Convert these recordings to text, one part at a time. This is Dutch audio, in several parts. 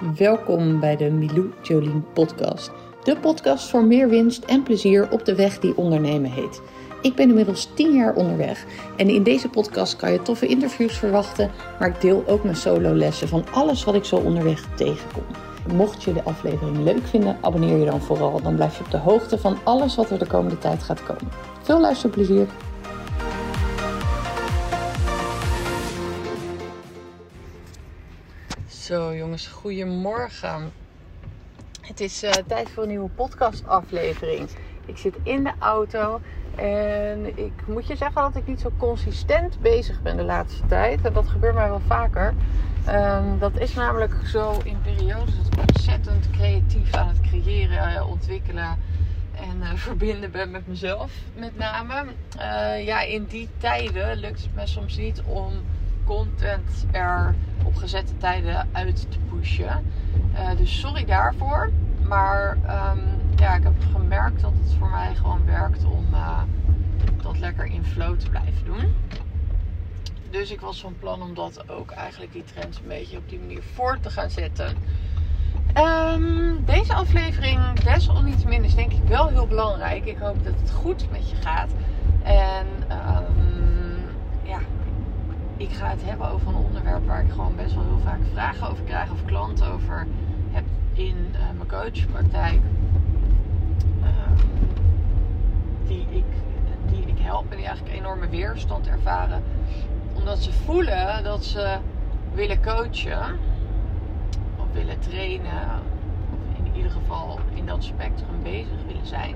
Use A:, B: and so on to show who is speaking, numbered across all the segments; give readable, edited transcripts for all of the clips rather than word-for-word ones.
A: Welkom bij de Milou Jolien podcast. De podcast voor meer winst en plezier op de weg die ondernemen heet. Ik ben inmiddels 10 jaar onderweg en in deze podcast kan je toffe interviews verwachten, maar ik deel ook mijn sololessen van alles wat ik zo onderweg tegenkom. Mocht je de aflevering leuk vinden, abonneer je dan vooral. Dan blijf je op de hoogte van alles wat er de komende tijd gaat komen. Veel luisterplezier! Zo jongens, goedemorgen. Het is tijd voor een nieuwe podcastaflevering. Ik zit in de auto en ik moet je zeggen dat ik niet zo consistent bezig ben de laatste tijd. En dat gebeurt mij wel vaker. Dat is namelijk zo in periodes dat ik ontzettend creatief aan het creëren, ontwikkelen en verbinden ben met mezelf met name. In die tijden lukt het me soms niet om content er op gezette tijden uit te pushen. Dus sorry daarvoor. Maar ik heb gemerkt dat het voor mij gewoon werkt om dat lekker in flow te blijven doen. Dus ik was van plan om dat ook eigenlijk die trends een beetje op die manier voort te gaan zetten. Deze aflevering desalniettemin is denk ik wel heel belangrijk. Ik hoop dat het goed met je gaat. En ik ga het hebben over een onderwerp waar ik gewoon best wel heel vaak vragen over krijg. Of klanten over heb in mijn coachpraktijk. Die ik help en die eigenlijk enorme weerstand ervaren. Omdat ze voelen dat ze willen coachen. Of willen trainen. Of in ieder geval in dat spectrum bezig willen zijn.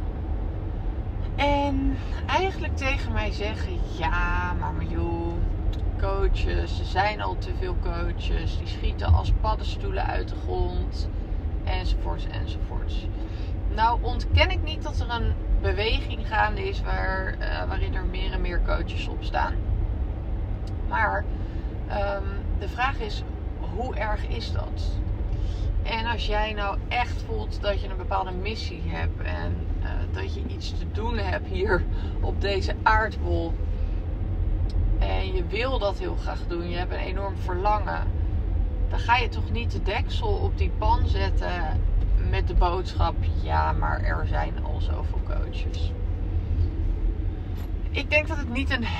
A: En eigenlijk tegen mij zeggen, ja, maar joh, coaches, er zijn al te veel coaches, die schieten als paddenstoelen uit de grond, enzovoorts, enzovoorts. Nou ontken ik niet dat er een beweging gaande is waarin er meer en meer coaches op staan. Maar de vraag is, hoe erg is dat? En als jij nou echt voelt dat je een bepaalde missie hebt en dat je iets te doen hebt hier op deze aardbol en je wil dat heel graag doen, je hebt een enorm verlangen, dan ga je toch niet de deksel op die pan zetten met de boodschap, ja, maar er zijn al zoveel coaches. Ik denk dat het niet een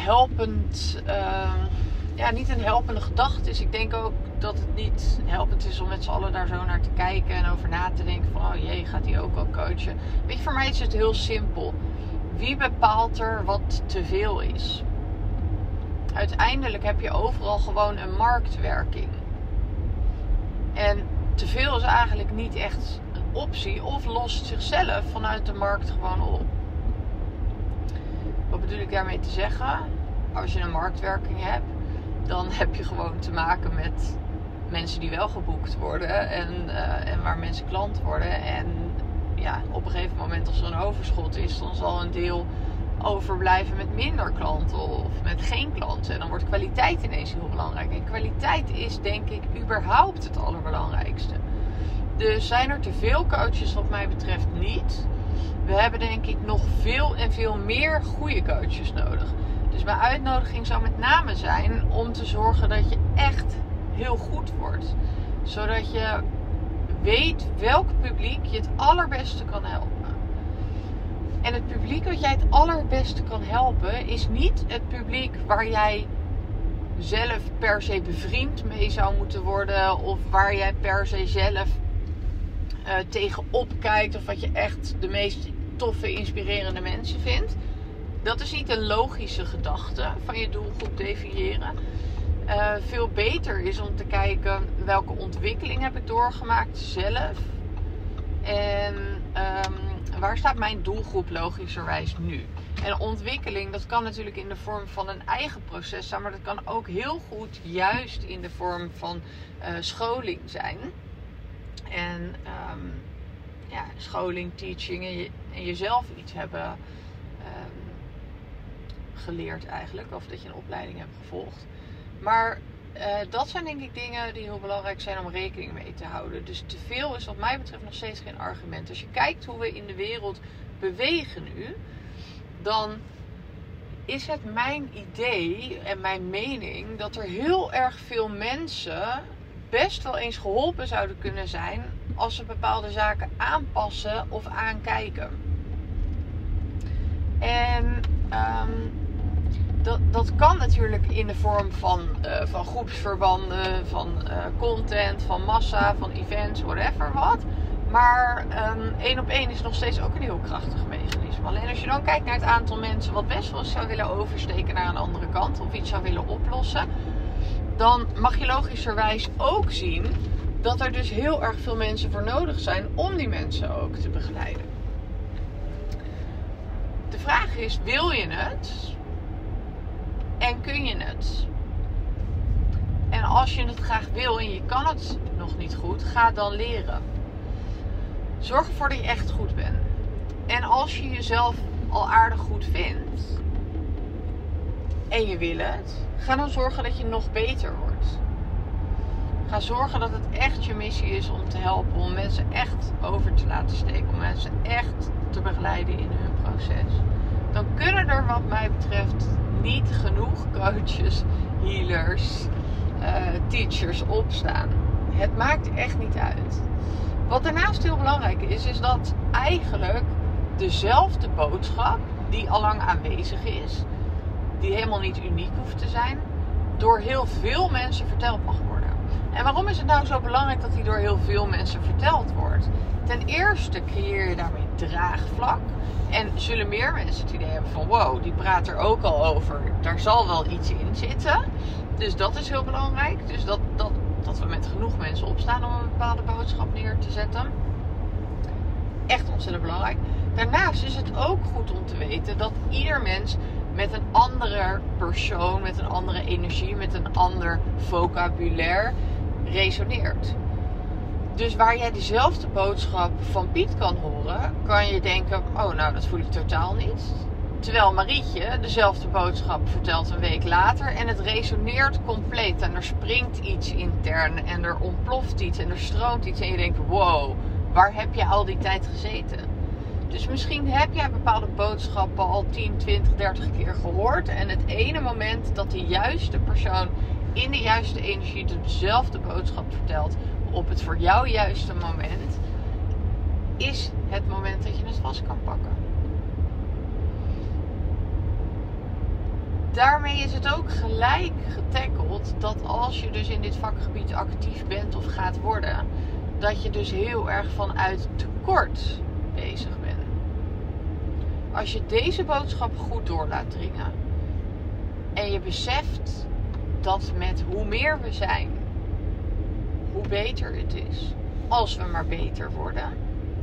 A: helpende gedachte is. Ik denk ook dat het niet helpend is om met z'n allen daar zo naar te kijken en over na te denken van, oh jee, gaat hij ook al coachen? Weet je, voor mij is het heel simpel. Wie bepaalt er wat te veel is? Uiteindelijk heb je overal gewoon een marktwerking. En te veel is eigenlijk niet echt een optie of lost zichzelf vanuit de markt gewoon op. Wat bedoel ik daarmee te zeggen? Als je een marktwerking hebt, dan heb je gewoon te maken met mensen die wel geboekt worden en waar mensen klant worden. En ja, op een gegeven moment als er een overschot is, dan zal een deel overblijven met minder klanten of met geen klanten. En dan wordt kwaliteit ineens heel belangrijk. En kwaliteit is denk ik überhaupt het allerbelangrijkste. Dus zijn er te veel coaches wat mij betreft niet. We hebben denk ik nog veel en veel meer goede coaches nodig. Dus mijn uitnodiging zou met name zijn om te zorgen dat je echt heel goed wordt. Zodat je weet welk publiek je het allerbeste kan helpen. En het publiek wat jij het allerbeste kan helpen is niet het publiek waar jij zelf per se bevriend mee zou moeten worden. Of waar jij per se zelf tegenop kijkt. Of wat je echt de meest toffe, inspirerende mensen vindt. Dat is niet een logische gedachte van je doelgroep definiëren. Veel beter is om te kijken welke ontwikkeling heb ik doorgemaakt zelf. En waar staat mijn doelgroep logischerwijs nu? En ontwikkeling, dat kan natuurlijk in de vorm van een eigen proces zijn. Maar dat kan ook heel goed juist in de vorm van scholing zijn. En scholing, teaching en jezelf iets hebben geleerd eigenlijk. Of dat je een opleiding hebt gevolgd. Maar dat zijn denk ik dingen die heel belangrijk zijn om rekening mee te houden. Dus te veel is wat mij betreft nog steeds geen argument. Als je kijkt hoe we in de wereld bewegen nu, dan is het mijn idee en mijn mening dat er heel erg veel mensen best wel eens geholpen zouden kunnen zijn als ze bepaalde zaken aanpassen of aankijken. En dat kan natuurlijk in de vorm van groepsverbanden, van content, van massa, van events, whatever wat. Maar 1-op-1 is nog steeds ook een heel krachtig mechanisme. Alleen als je dan kijkt naar het aantal mensen wat best wel eens zou willen oversteken naar een andere kant of iets zou willen oplossen, dan mag je logischerwijs ook zien dat er dus heel erg veel mensen voor nodig zijn om die mensen ook te begeleiden. De vraag is, wil je het? En kun je het? En als je het graag wil en je kan het nog niet goed, ga dan leren. Zorg ervoor dat je echt goed bent. En als je jezelf al aardig goed vindt en je wil het, ga dan zorgen dat je nog beter wordt. Ga zorgen dat het echt je missie is om te helpen, om mensen echt over te laten steken, om mensen echt te begeleiden in hun proces. Dan kunnen er wat mij betreft niet genoeg coaches, healers, teachers opstaan. Het maakt echt niet uit. Wat daarnaast heel belangrijk is dat eigenlijk dezelfde boodschap die allang aanwezig is, die helemaal niet uniek hoeft te zijn, door heel veel mensen verteld mag worden. En waarom is het nou zo belangrijk dat die door heel veel mensen verteld wordt? Ten eerste creëer je daarmee draagvlak. En zullen meer mensen het idee hebben van wow, die praat er ook al over. Daar zal wel iets in zitten. Dus dat is heel belangrijk. Dus dat we met genoeg mensen opstaan om een bepaalde boodschap neer te zetten. Echt ontzettend belangrijk. Daarnaast is het ook goed om te weten dat ieder mens met een andere persoon, met een andere energie, met een ander vocabulaire resoneert. Dus waar jij dezelfde boodschap van Piet kan horen, kan je denken, oh nou dat voel ik totaal niet. Terwijl Marietje dezelfde boodschap vertelt een week later en het resoneert compleet. En er springt iets intern en er ontploft iets en er stroomt iets. En je denkt, wow, waar heb je al die tijd gezeten? Dus misschien heb jij bepaalde boodschappen al 10, 20, 30 keer gehoord. En het ene moment dat de juiste persoon in de juiste energie dezelfde boodschap vertelt op het voor jou juiste moment, is het moment dat je het vast kan pakken. Daarmee is het ook gelijk getackeld dat als je dus in dit vakgebied actief bent of gaat worden, dat je dus heel erg vanuit tekort bezig bent. Als je deze boodschap goed door laat dringen en je beseft dat met hoe meer we zijn, hoe beter het is, als we maar beter worden,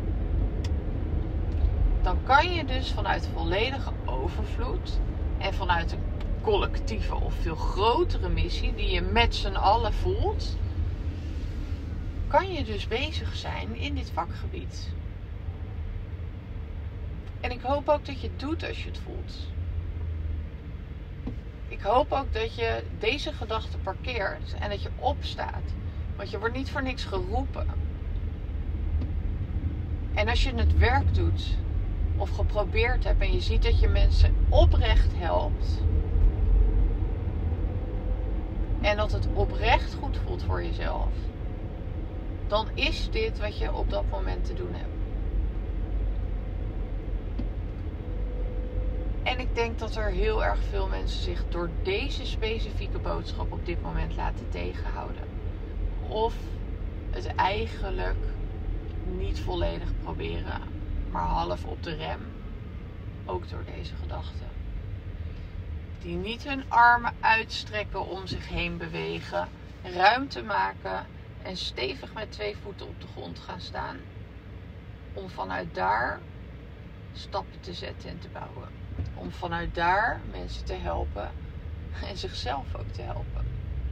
A: dan kan je dus vanuit volledige overvloed en vanuit een collectieve of veel grotere missie die je met z'n allen voelt, kan je dus bezig zijn in dit vakgebied. En ik hoop ook dat je het doet als je het voelt. Ik hoop ook dat je deze gedachte parkeert en dat je opstaat. Want je wordt niet voor niks geroepen. En als je het werk doet of geprobeerd hebt en je ziet dat je mensen oprecht helpt en dat het oprecht goed voelt voor jezelf, dan is dit wat je op dat moment te doen hebt. En ik denk dat er heel erg veel mensen zich door deze specifieke boodschap op dit moment laten tegenhouden. Of het eigenlijk niet volledig proberen, maar half op de rem. Ook door deze gedachten. Die niet hun armen uitstrekken om zich heen bewegen, ruimte maken en stevig met 2 voeten op de grond gaan staan. Om vanuit daar stappen te zetten en te bouwen. Om vanuit daar mensen te helpen en zichzelf ook te helpen.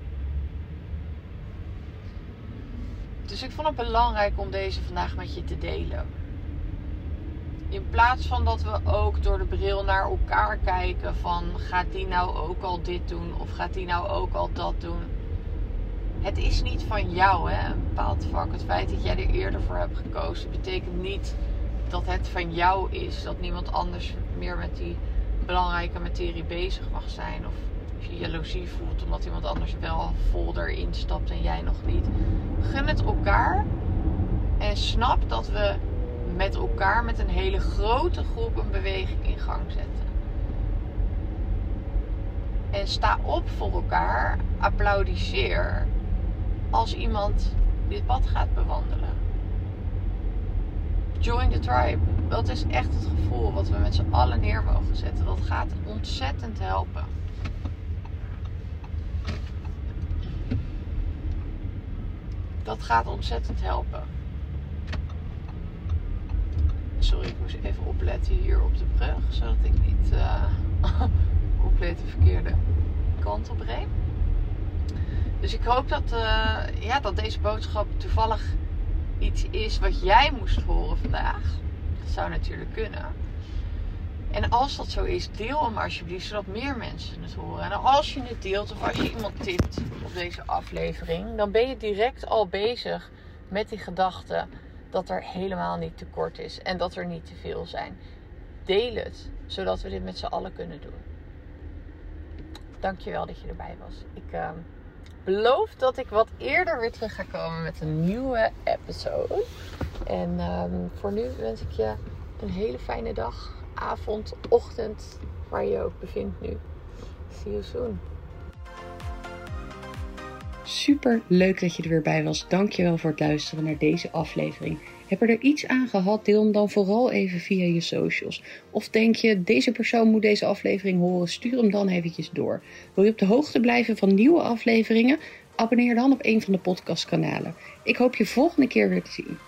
A: Dus ik vond het belangrijk om deze vandaag met je te delen. In plaats van dat we ook door de bril naar elkaar kijken van gaat die nou ook al dit doen of gaat die nou ook al dat doen. Het is niet van jou, hè, een bepaald vak. Het feit dat jij er eerder voor hebt gekozen betekent niet dat het van jou is. Dat niemand anders meer met die belangrijke materie bezig mag zijn. Of als je jaloezie voelt omdat iemand anders wel vol erin stapt en jij nog niet. Gun het elkaar en snap dat we met elkaar met een hele grote groep een beweging in gang zetten. En sta op voor elkaar, applaudisseer als iemand dit pad gaat bewandelen. Join the tribe. Dat is echt het gevoel wat we met z'n allen neer mogen zetten. Dat gaat ontzettend helpen. Dat gaat ontzettend helpen. Sorry, ik moest even opletten hier op de brug. Zodat ik niet compleet de verkeerde kant op reed. Dus ik hoop dat deze boodschap toevallig iets is wat jij moest horen vandaag. Dat zou natuurlijk kunnen. En als dat zo is, deel hem alsjeblieft, zodat meer mensen het horen. En als je het deelt of als je iemand tipt op deze aflevering, dan ben je direct al bezig met die gedachte dat er helemaal niet tekort is en dat er niet te veel zijn. Deel het, zodat we dit met z'n allen kunnen doen. Dankjewel dat je erbij was. Ik beloof dat ik wat eerder weer terug ga komen met een nieuwe episode. En voor nu wens ik je een hele fijne dag, avond, ochtend, waar je je ook bevindt nu. See you soon.
B: Super leuk dat je er weer bij was. Dankjewel voor het luisteren naar deze aflevering. Heb je er iets aan gehad? Deel hem dan vooral even via je socials. Of denk je, deze persoon moet deze aflevering horen? Stuur hem dan eventjes door. Wil je op de hoogte blijven van nieuwe afleveringen? Abonneer dan op een van de podcastkanalen. Ik hoop je volgende keer weer te zien.